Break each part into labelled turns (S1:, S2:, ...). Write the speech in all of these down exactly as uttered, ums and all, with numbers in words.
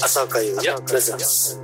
S1: 浅岡優也プレゼンツ。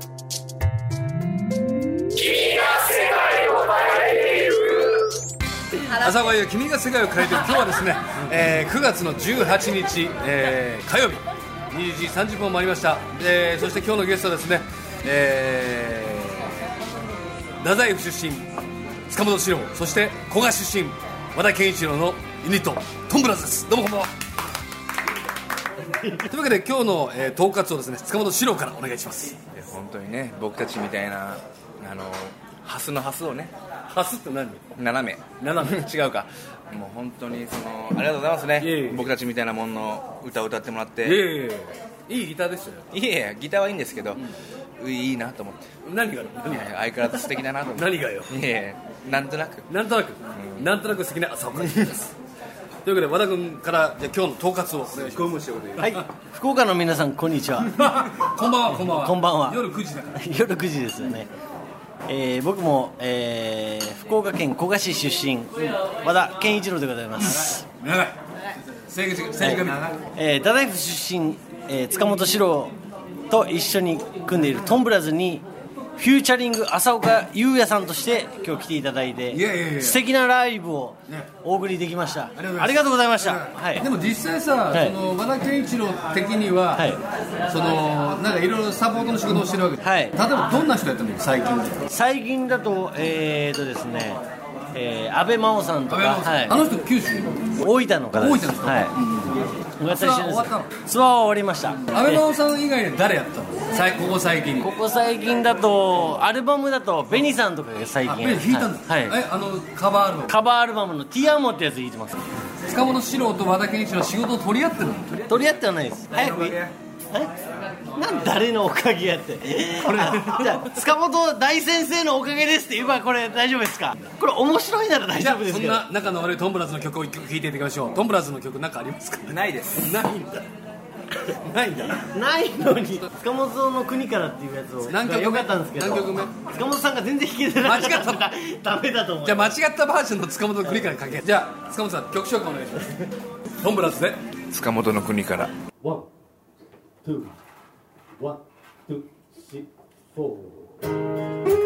S2: 浅岡優君が世界を変えている。今日はですね、えー、くがつのじゅうはちにち、えー、火曜日にじさんじゅっぷんもありました。えー、そして今日のゲストはですね、えー、太宰府出身塚本史郎、そして古賀出身和田健一郎のユニットトンブラザーズです。どうもこんばんは。というわけで今日の、えー、統括をですね塚本史郎からお願いします。
S3: 本当にね、僕たちみたいなあのハスのハスをね、
S2: ハスって何？
S3: 斜め
S2: 斜め
S3: 違うか、もう本当にそのありがとうございますね。
S2: いえいえ
S3: 僕たちみたいなものの歌を歌ってもらって。
S2: いえいえいいギターでしたよ。
S3: いえいえ、ギターはいいんですけど、うん、いいなと思って。
S2: 何がある？
S3: いや相変わらず素敵だなと思って。
S2: 何がよ。
S3: いえいえ、なんとなく
S2: なんとなく、うん、なんとなく素敵な朝岡ですというわけで和田君からじゃあ今日の統括をお願いします。
S1: はい、福岡の皆さんこんにちは
S2: こんばんは。こんばんは。
S1: こんばんは。
S2: 夜くじだから
S1: 夜くじですよね。えー、僕も、えー、福岡県古賀市出身和田健一郎でございます。
S2: 長い政治家長い、
S1: えー、太宰府出身、えー、塚本史郎と一緒に組んでいるトンブラズにフューチャリング浅岡優也さんとして今日来ていただいて、
S2: いやいやいや
S1: 素敵なライブをお送りできました。ありがとうございました。はい、
S2: でも実際さ、はい、その和田健一郎的には、はい、そのなんかいろいろサポートの仕事をしてるわけで、はい、例えばどんな人やったの最近で？
S1: 最近だとえーとですね、えー、安倍真央さんとか、はい、
S2: あの人九州
S1: 大分の方です。
S2: 大分の人、
S1: はい、うん、
S2: ツアー終わったの？
S1: ツアーは終わりました。
S2: 安倍真央さん以外で誰やったの？ここ最近
S1: ここ最近だとアルバムだとベニさんとかが最近
S2: 弾いたんだ、
S1: はいはい、
S2: えあのカバーアルバム
S1: カバーアルバムのティアモってやつ弾いてます。
S2: 塚本史郎と和田健一郎仕事を取り合ってるの？
S1: 取り合ってはないです。早くえなん誰のおかげやってこれじゃあ塚本大先生のおかげですって言えばこれ大丈夫ですか？これ面白いなら大丈夫ですけど。
S2: そんな仲の悪いトンブラズの曲を一曲聴いていただきましょう。トンブラズの曲何かありますか？
S3: ないです。
S2: ないんだないんだ
S1: ないのに塚本の国からっていうやつを
S2: 何曲目？
S1: よかったんですけど、
S2: 何曲目？
S1: 塚本さんが全然弾けてなかったらダメだと思う。
S2: じゃあ間違ったバージョンの塚本の国からかけ。じゃあ塚本さん曲紹介お願いしますトンブラズで
S3: 塚本の国から。
S2: ワン、ツー、ワン、ツー、スリー、フォー。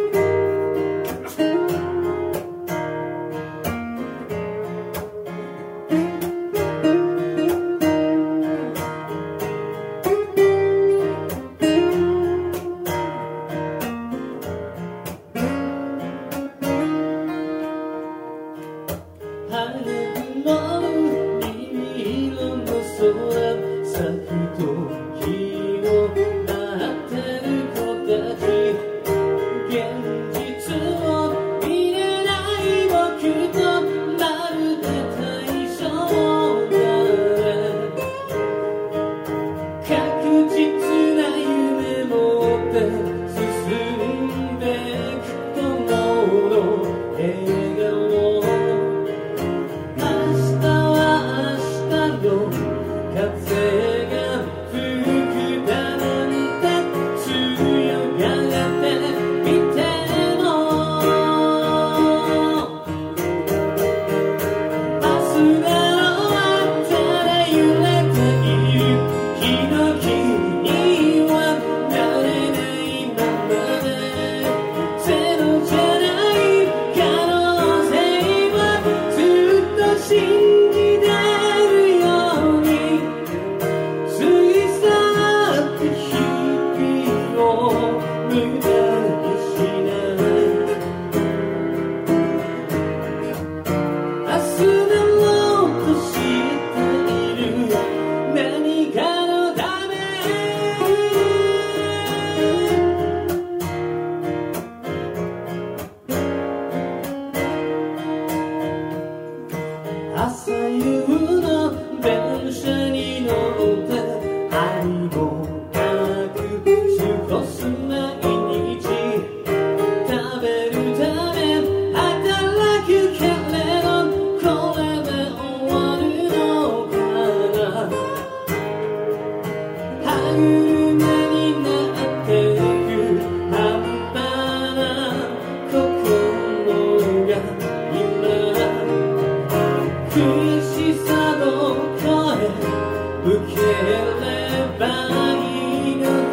S1: 受ければいいの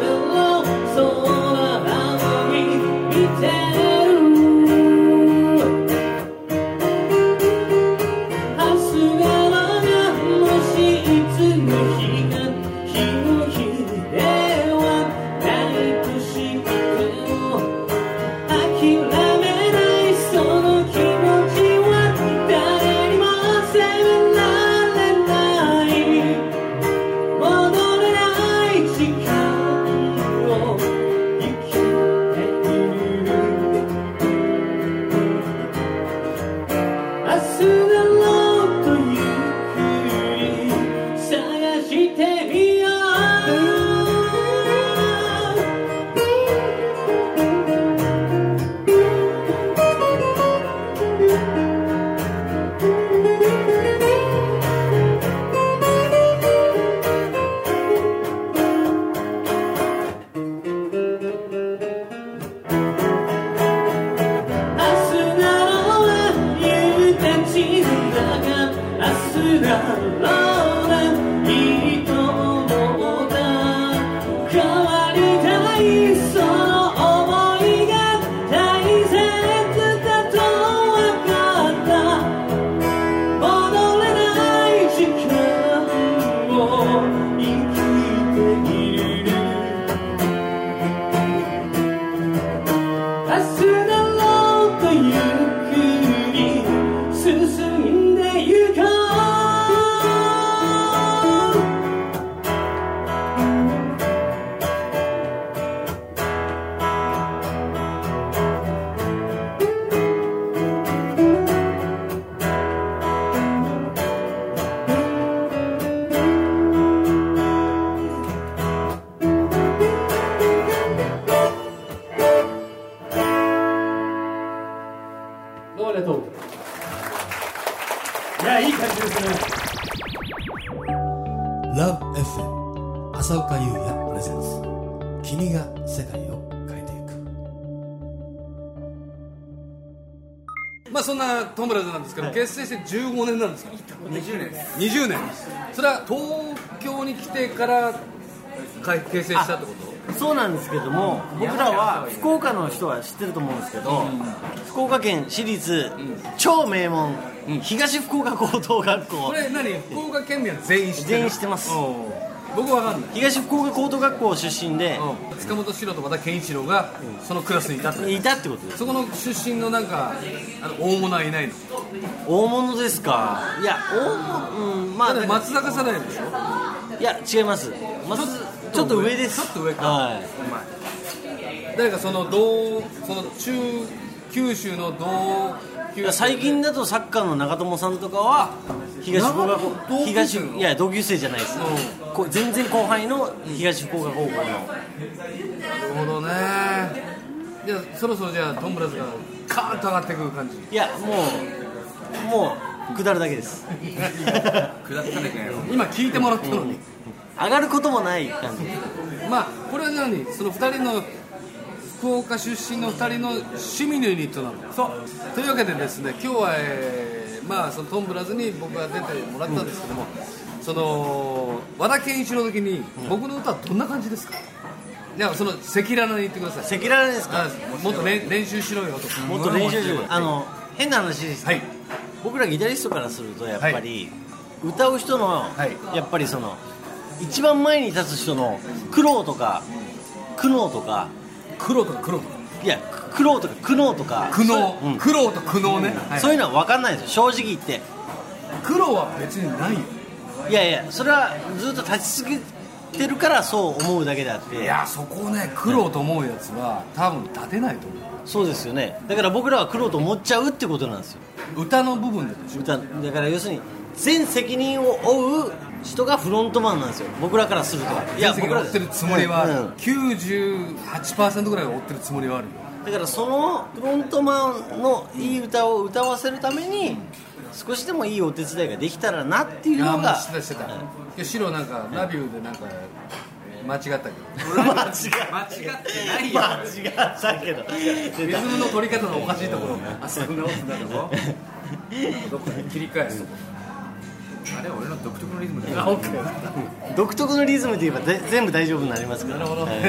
S2: まあそんなトンブラザーなんですけど、はい、結成してじゅうごねんなんですか。
S3: にじゅうねんです。
S2: にじゅうねん。それは東京に来てから結成したってこと？
S1: そうなんですけども、僕らは福岡の人は知ってると思うんですけど、うん、福岡県私立、うん、超名門、うん、東福岡高等学校。
S2: これ何？福岡県民は全員知ってる？
S1: 全員知ってます。
S2: 僕は分かんない。
S1: 東福岡高等学校出身で、
S2: うん、塚本史郎と和田健一郎がそのクラスにいたって、
S1: いたってことです。
S2: そこの出身のなんかあの大物はいないの？
S1: 大物ですか？いや大物、うん、まあ
S2: 松坂世代でしょ？
S1: いや違います。松ちょっと上です。
S2: ちょっと上か。
S1: はい。
S2: 誰かその同その中九州の同級生。
S1: 最近だとサッカーの長友さんとかは東福岡高東いや同級生じゃないです。うん、全然後輩の東福岡高校の。なる
S2: ほどね。じゃあそろそろじゃあトンブラズがカーンと上がってくる感じ。
S1: いやもうもう下るだけです。
S3: 下っただけやろ。
S2: 今聞いてもらったのに。
S1: 上がることもない感じ。
S2: まあこれは何？そのふたりの福岡出身のふたりの趣味のユニットなの。そうというわけでですね、今日は、えー、まあそのトンブラズに僕が出てもらったんですけども、うん、その和田健一郎の時に僕の歌はどんな感じですか？じゃあその赤裸々に言ってください。
S1: 赤裸々ですか？
S2: もっと練習しろよとか。
S1: もっと練習しろよ。あの変な話です、はい、僕らギタリストからするとやっぱり、はい、歌う人の、はい、やっぱりその一番前に立つ人の苦労とか苦悩とか
S2: 苦労とか苦労とか
S1: いや苦労とか苦悩とか
S2: 苦悩、うん、苦労と苦悩ね、
S1: うんはい、そういうのは分かんないですよ、正直言って。
S2: 苦労は別にないよ。
S1: いやいやそれはずっと立ち続けてるからそう思うだけであって。
S2: いやそこをね苦労と思うやつは多分立てないと思う。
S1: そうですよね。だから僕らは苦労と思っちゃうってことなんですよ。
S2: 歌の部分でしょ。
S1: 歌だから要するに全責任を負う人がフロントマンなんですよ、僕らからすると。
S2: いや僕ら負ってるつもりは、うん、きゅうじゅうはちパーセント ぐらいは負ってるつもりはあるよ。
S1: だからそのフロントマンのいい歌を歌わせるために少しでもいいお手伝いができたらなっていうのが。いやもうしてたしてた、
S2: うん、白なんかラビューでなんか間違ったけど
S1: 間違
S3: 間違ってないよ。
S1: 間違ったけど
S2: リズムの取り方のおかしいところ
S3: あそんなことだろどこで切り返すあれは俺の独特のリズムだよ。
S1: 独特のリズムで言えば全部大丈夫になりますから。なるほど、はい、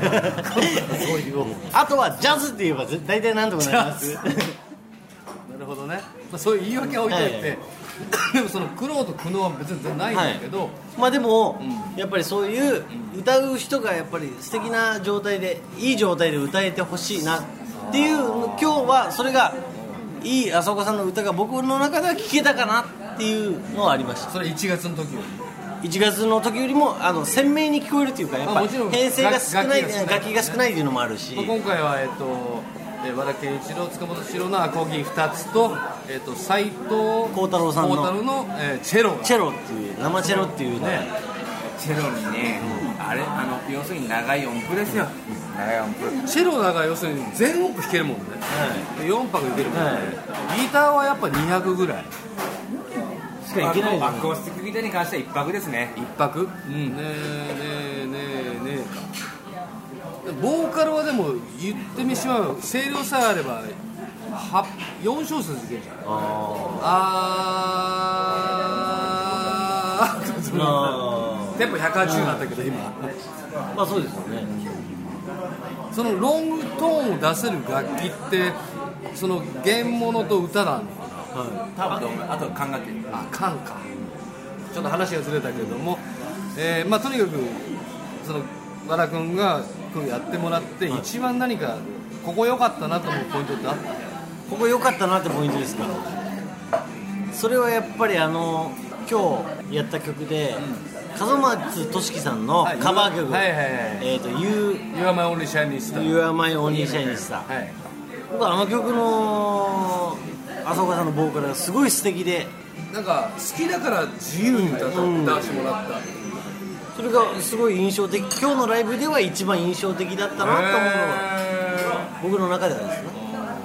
S1: あとはジャズって言えば大体なんとかなります。
S2: なるほどね、まあ、そういう言い訳は置いといて、はいはい、 でもその苦労と苦悩は別にないんだけど、はい、
S1: まあでも、うん、やっぱりそういう歌う人がやっぱり素敵な状態でいい状態で歌えてほしいなっていう、今日はそれがいい浅岡さんの歌が僕の中では聴けたかなっていうのはありました。
S2: それいちがつの時よ
S1: りいちがつの時よりもあの鮮明に聞こえるというか、やっぱ編成が少ない、楽器が少ないっていうのもあるし、
S2: まあ、今回はえっと和田健一郎、塚本史郎のアコギふたつと、えー、と斉藤
S1: 幸太郎さんの
S2: 幸太郎の、えー、チェロ
S1: チェロっていう生チェロっていうね、
S3: チェロにね、うん、あれあの要するに長い音符ですよ、うん、長い音符。
S2: チェロだから要するに全音符弾けるもんね、はい、よんぱくいけるもんね、はい、ギターはやっぱにひゃくぐらい
S1: しかいけない。
S3: アコースティックギターに関してはいっぱくですね。
S2: いっぱく、うん、ねえねえねえねえか。ボーカルはでも言ってみしまう声量さえあればよんしょうせついけるじゃん。ああーテンポひゃくはちじゅうになったけど今
S1: まあそうですよね。
S2: そのロングトーンを出せる楽器ってその原物と歌なのかな、
S3: はい、多分あと管楽器。
S2: あ、管か。ちょっと話がずれたけども、えー、まあとにかくその和田君がやってもらって一番何かここ良かったなと思うポイントってあった？
S1: ここ良かったなってポイントですか。それはやっぱりあの今日やった曲で、うん、門松俊樹さんのカバー曲、はいはいはい、えっ、ー、と You
S2: Are My Only Shining Star
S1: You Are My Only Shining Star、はい、僕はあの曲の浅岡さんのボーカルがすごい素敵で、
S2: なんか好きだから自由に歌ってもらった、うん、
S1: それがすごい印象的。今日のライブでは一番印象的だったなと思うのが僕の中ではですね。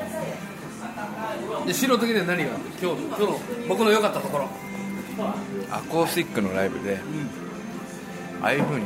S2: で素人的には何があって今日、今日の僕の良かったところ、
S3: アコースティックのライブで、うん、ああいう風に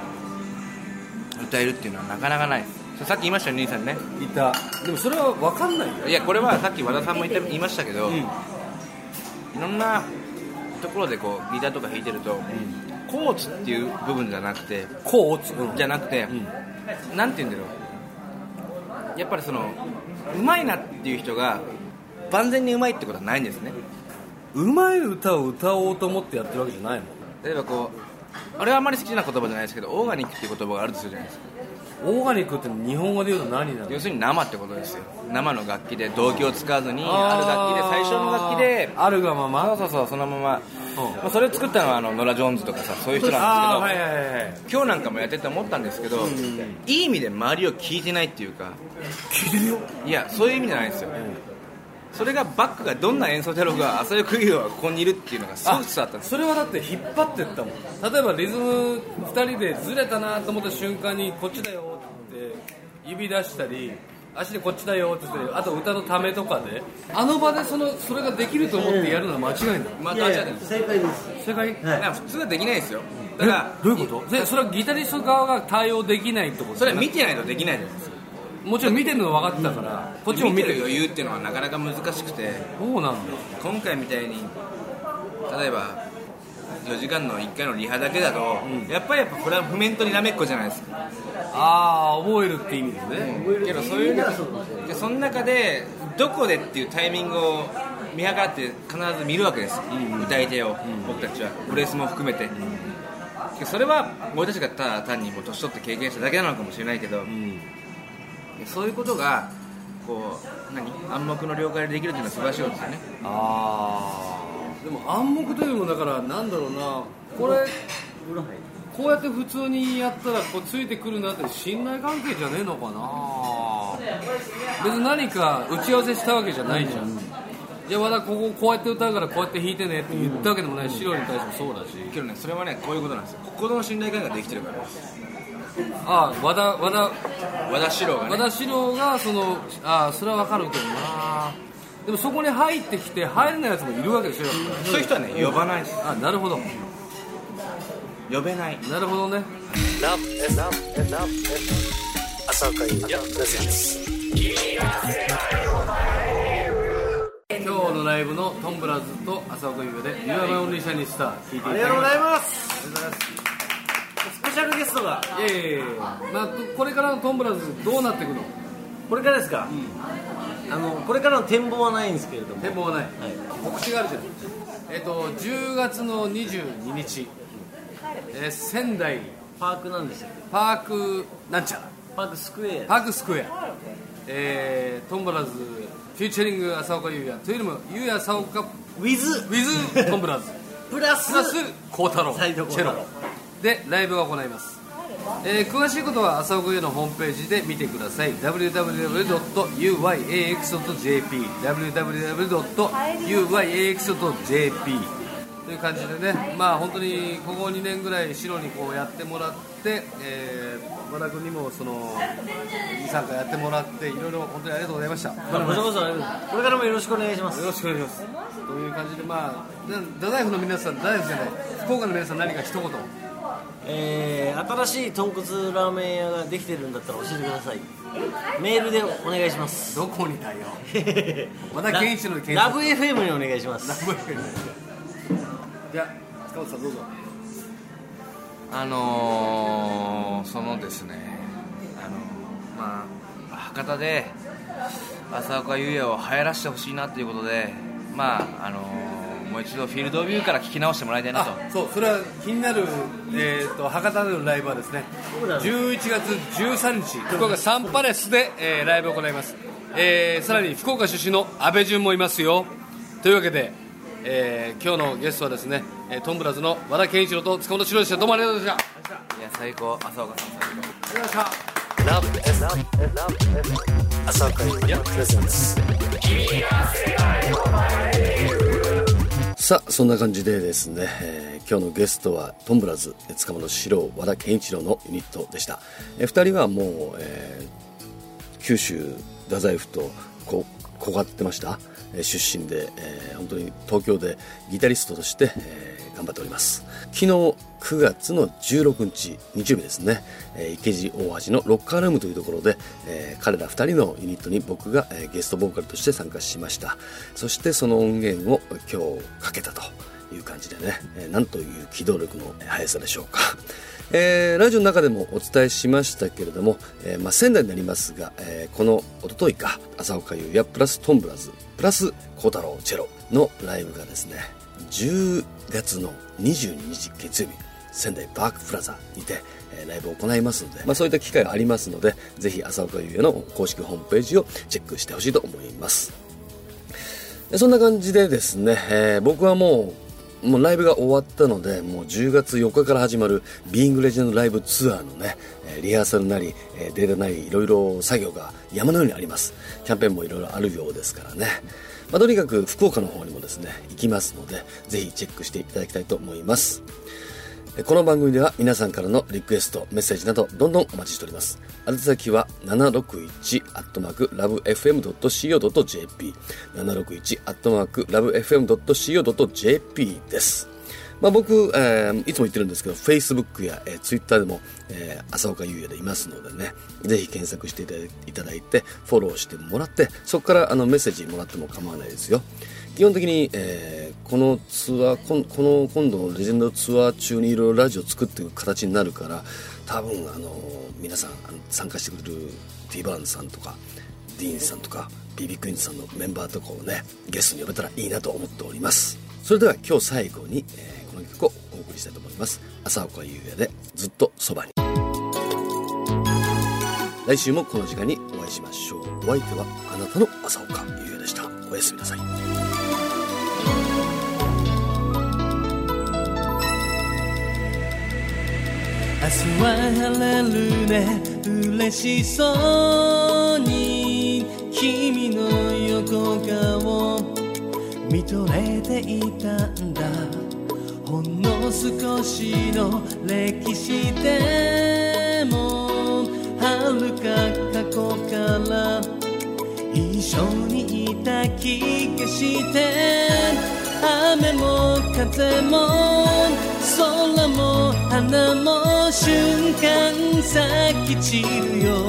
S3: 歌えるっていうのはなかなかないです。さっき言いましたよ兄さんね。
S2: 言った。でもそれは分かんないよ。
S3: いやこれはさっき和田さんも言って言いましたけど、うん、いろんなところでこうギターとか弾いてると、うん、コーツっていう部分じゃなくて
S2: コーツ、
S3: うん、じゃなくて、うん、なんて言うんだろう、やっぱりそのうまいなっていう人が万全にうまいってことはないんですね。
S2: うまい歌を歌おうと思ってやってるわけじゃないもん。
S3: 例えばこう俺はあんまり好きな言葉じゃないですけどオーガニックっていう言葉があるとするじゃないですか。
S2: オーガニックって日本語で言うと何なの？
S3: 要するに生ってことですよ。生の楽器で動機を使わずにある楽器で最初の楽器で
S2: あるがまま、
S3: そうそうそうそのまま、まあ、それを作ったのはあのノラ・ジョーンズとかさそういう人なんですけど、はいはいはい、今日なんかもやってて思ったんですけど、うん、いい意味で周りを聞いてないっていうか。
S2: 聞いてるよ。
S3: いやそういう意味じゃないんですよ、うん、それがバックがどんな演奏だろうが浅井邦洋はここにいるっていうのがすごく伝わったんです。
S2: それはだって引っ張ってったもん。例えばリズムふたりでずれたなと思った瞬間にこっちだよって指出したり足でこっちだよって言って、あと歌のためとかであの場でそのそれができると思ってやるのは間違いない。
S3: 間違いない。
S1: 正解です。
S2: 正解、
S3: はい、普通はできないですよ。だから
S2: どういうこと？でそれはギタリスト側が対応できないってこと？
S3: それは見てないとできないんです。
S2: もちろん見てるの分かってたから、うん、こっちも見てる
S3: 余裕っていうのはなかなか難しくて。
S2: そうなんだ。
S3: 今回みたいに例えばよじかんのいっかいのリハだけだと、うん、やっぱりやっぱこれは譜面とにらめっこじゃないですか。
S2: ああ覚えるって意味ですね、
S3: うん、けどそういうでその中でどこでっていうタイミングを見計らって必ず見るわけです、うん、歌い手を、うん、僕たちはブレスも含めて、うん、それは俺たちがただ単にもう年取って経験しただけなのかもしれないけど、うん、そういうことがこう何暗黙の了解でできるっていうのは素晴らしいことですよね。
S2: ああでも暗黙というのもだからなんだろうな、これこうやって普通にやったらこうついてくるなって信頼関係じゃねえのかな。別に何か打ち合わせしたわけじゃないじゃん、うん、じゃあまだこここうやって歌うからこうやって弾いてねって言ったわけでもないし、資料に対してもそうだし。
S3: けどねそれはねこういうことなんですよ。心の信頼関係ができてるからです。
S2: ああ和田和田
S3: 和田史郎がね、
S2: 和田史郎がそのああそれは分かるけどな。でもそこに入ってきて入れないやつもいるわけでしょ。
S3: そういう人はね呼ばないです。
S2: あなるほど
S3: 呼べない。
S2: なるほどね。ラブエラブエラブ朝岡優也プレゼンツ。今日のライブのトンブラーズと朝岡優也で You Are My Only Shining Star 聞いていただきました。
S1: ありがとうございます。ありがとうございます。スペシャルゲストが
S2: いやいやいや、まあ、これからのトンブラーズどうなっていくの？
S1: これからですか、うん、あのこれからの展望はないんですけれども。
S2: 展望はない、はい、告知があるじゃない。 えっとじゅうがつのにじゅうににち、えー、仙台
S1: パークなんでしたっけ、
S2: パークなんちゃら
S1: パークスクエア、
S2: パークスクエア、えー、トンブラーズフューチャリング浅岡優也というよりも優也浅岡
S1: ウィズ
S2: ウィズトンブラーズ
S1: プラス
S2: プラス幸太郎
S1: サイド
S2: チェロでライブを行います。えー、詳しいことは浅岡優のホームページで見てください。 ダブリューダブリューダブリュードットユーワイエーエックスドットジェーピー ダブリューダブリューダブリュードットユーワイエーエックスドットジェーピー という感じでね、まあ本当にここにねんぐらい白にこうやってもらって、えー、和田君にもそのにさんかいやってもらっていろいろ本当にありがとうございました。
S1: まあ、こちらこそこれからもよろしくお願いします。
S2: よろしくお願いします。という感じで、まあ太宰府の皆さん、太宰府じゃない福岡の皆さん、何か一言。
S1: えー、新しい豚骨ラーメン屋ができてるんだったら教えてください。メールでお願いします。
S2: どこにだよ和田健一郎の検索
S1: ラブ エフエム にお願いします。
S2: ラブ エフエム じゃあ塚本さんどうぞ。
S3: あのー、そのですね、あのー、まあ博多で浅岡優也を流行らせてほしいなということで、まああのー、もう一度フィールドビューから聞き直してもらいたいなと。
S2: あ、そう、それは気になる、えー、と博多でのライブはですね、じゅういちがつじゅうさんにち福岡サンパレスで、えー、ライブを行います。えー、さらに福岡出身の阿部淳もいますよ。というわけで、えー、今日のゲストはですね、トンブラズの和田健一郎と塚本史郎でした。どうもありがとうございました。
S3: いや最高、浅岡さん最高。
S2: ありがとうございました。
S4: ラブ エフエム 浅岡優也プレゼンツ。さあそんな感じでですね、えー、今日のゲストはトンブラズ塚本史郎和田健一郎のユニットでした。えー、ふたりはもう、えー、九州太宰府とここがってました出身で、えー、本当に東京でギタリストとして、えー、頑張っております。昨日くがつのじゅうろくにち日曜日ですね、えー、池尻大橋のロッカールームというところで、えー、彼らふたりのユニットに僕が、えー、ゲストボーカルとして参加しました。そしてその音源を今日かけたという感じでね、えー、なんという機動力の速さでしょうか。えー、ラジオの中でもお伝えしましたけれども、えーまあ、仙台になりますが、えー、この一昨日か浅岡優也プラストンブラズプラス幸太郎チェロのライブがですね、じゅうがつのにじゅうににち月曜日仙台パークプラザにて、えー、ライブを行いますので、まあ、そういった機会がありますので、ぜひ浅岡優也の公式ホームページをチェックしてほしいと思います。でそんな感じでですね、えー、僕はもうもうライブが終わったので、もうじゅうがつよっかから始まるビーイングレジェンドライブツアーのね、リハーサルなりデータなりいろいろ作業が山のようにあります。キャンペーンもいろいろあるようですからね、まあ、とにかく福岡の方にもですね行きますので、ぜひチェックしていただきたいと思います。この番組では皆さんからのリクエストメッセージなどどんどんお待ちしております。宛先は ななろくいち アットマーク ラブエフエム ドット シーオー ドット ジェーピー ななろくいち アットマーク ラブエフエム ドット シーオー ドット ジェーピー です。まあ、僕、えー、いつも言ってるんですけど Facebook や、えー、Twitter でも、えー、浅岡優也でいますのでね、ぜひ検索していただいてフォローしてもらって、そこからあのメッセージもらっても構わないですよ。基本的に、えー、このツアーここの今度のレジェンドツアー中にいろいろラジオ作っていく形になるから、多分あの皆さんあの参加してくれる T バーンさんとかディーンさんとか ビービー クイーンズさんのメンバーとかをねゲストに呼べたらいいなと思っております。それでは今日最後に、えー、この曲をお送りしたいと思います。浅岡優也でずっとそばに。来週もこの時間にお会いしましょう。お相手はあなたの浅岡優也でした。おやすみなさい。
S5: 明日は晴れるね、嬉しそうに君の横顔見とれていたんだ。ほんの少しの歴史でも遥か過去から一緒にいた気がして、雨も風も空も花も瞬間咲き散るよ。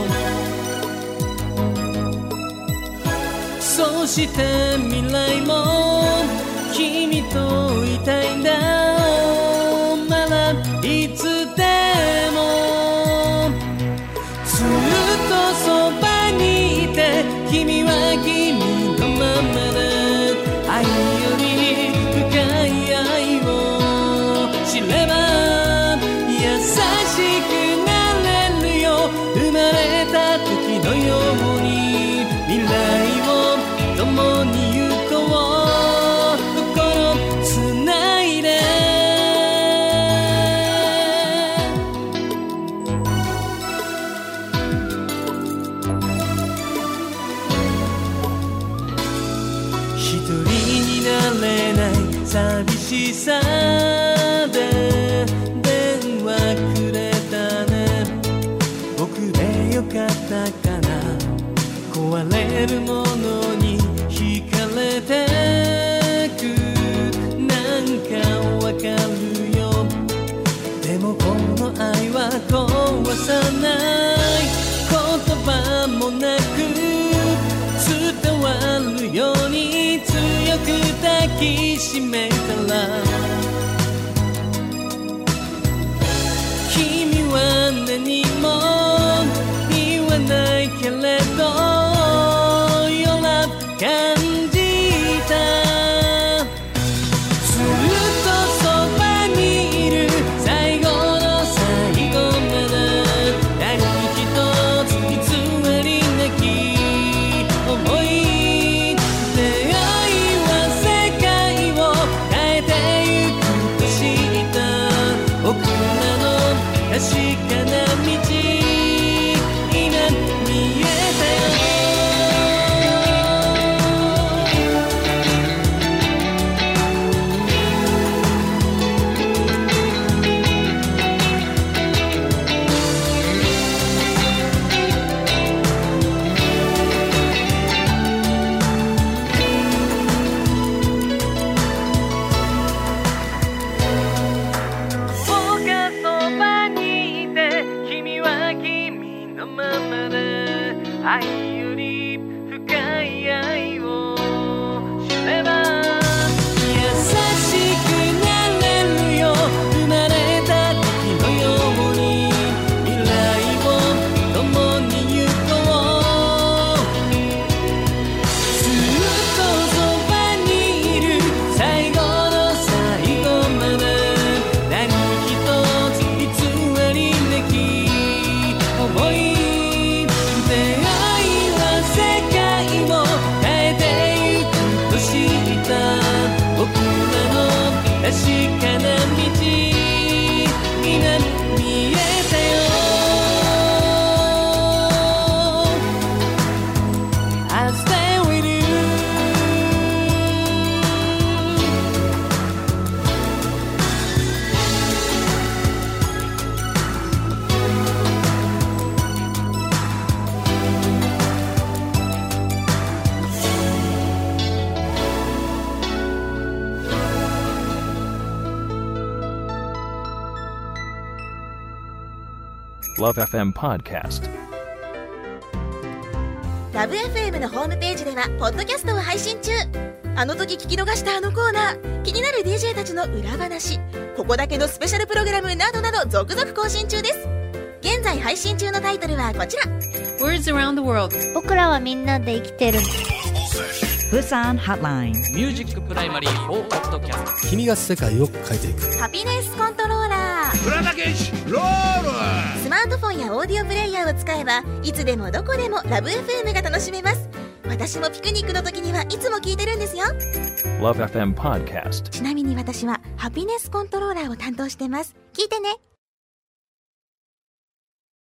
S5: そして未来も君といたいんだ。ならいつでもずっとそばにいて、君は君のままで愛より深いしさで電話くれたね。僕でよかったかな。壊れるものに惹かれてく。なんかわかるよ。でもこの愛は壊さない。言葉もなく伝わるように強く抱きしめたら、君は何も言わないけれど夜な感じた。ずっとそばにいる最後の最後まで何一つ偽りなき思い。出会いは世界を変えてゆくと知った。僕らの確かな道今見えたよ。僕がそばにいて君は君のままで愛より深い愛を知れば優しくなれるよ。生まれた時のように未来を共に行こう。ずっとそばにいる最後の最後まで何一つ偽りなき思い。出会いは世界を変えてゆくと知った。僕らの確かな道今見えたよ。I stay with you。
S6: Love エフエム Podcast。
S7: ラブ エフエム のホームページではポッドキャストを配信中。あの時聞き逃したあのコーナー、気になる ディージェー たちの裏話、ここだけのスペシャルプログラムなどなど続々更新中です。現在配信中のタイトルはこちら。
S8: Words around the world。
S9: 僕らはみんなで生きてる。
S10: ブサンハッライン。
S5: ミュージックプライマリーフォーポッドキャスト。
S11: 君が世界を変えていく。
S7: ハピネスコントローラー。
S12: 浦田健一ロール。
S7: スマートフォンやオーディオプレイヤーを使えばいつでもどこでもラブ エフエム が楽しめます。私もピクニックの時にはいつも聞いてるんですよ。
S6: Love エフエム Podcast。
S7: ちなみに私はハピネスコントローラーを担当してます。聞いてね。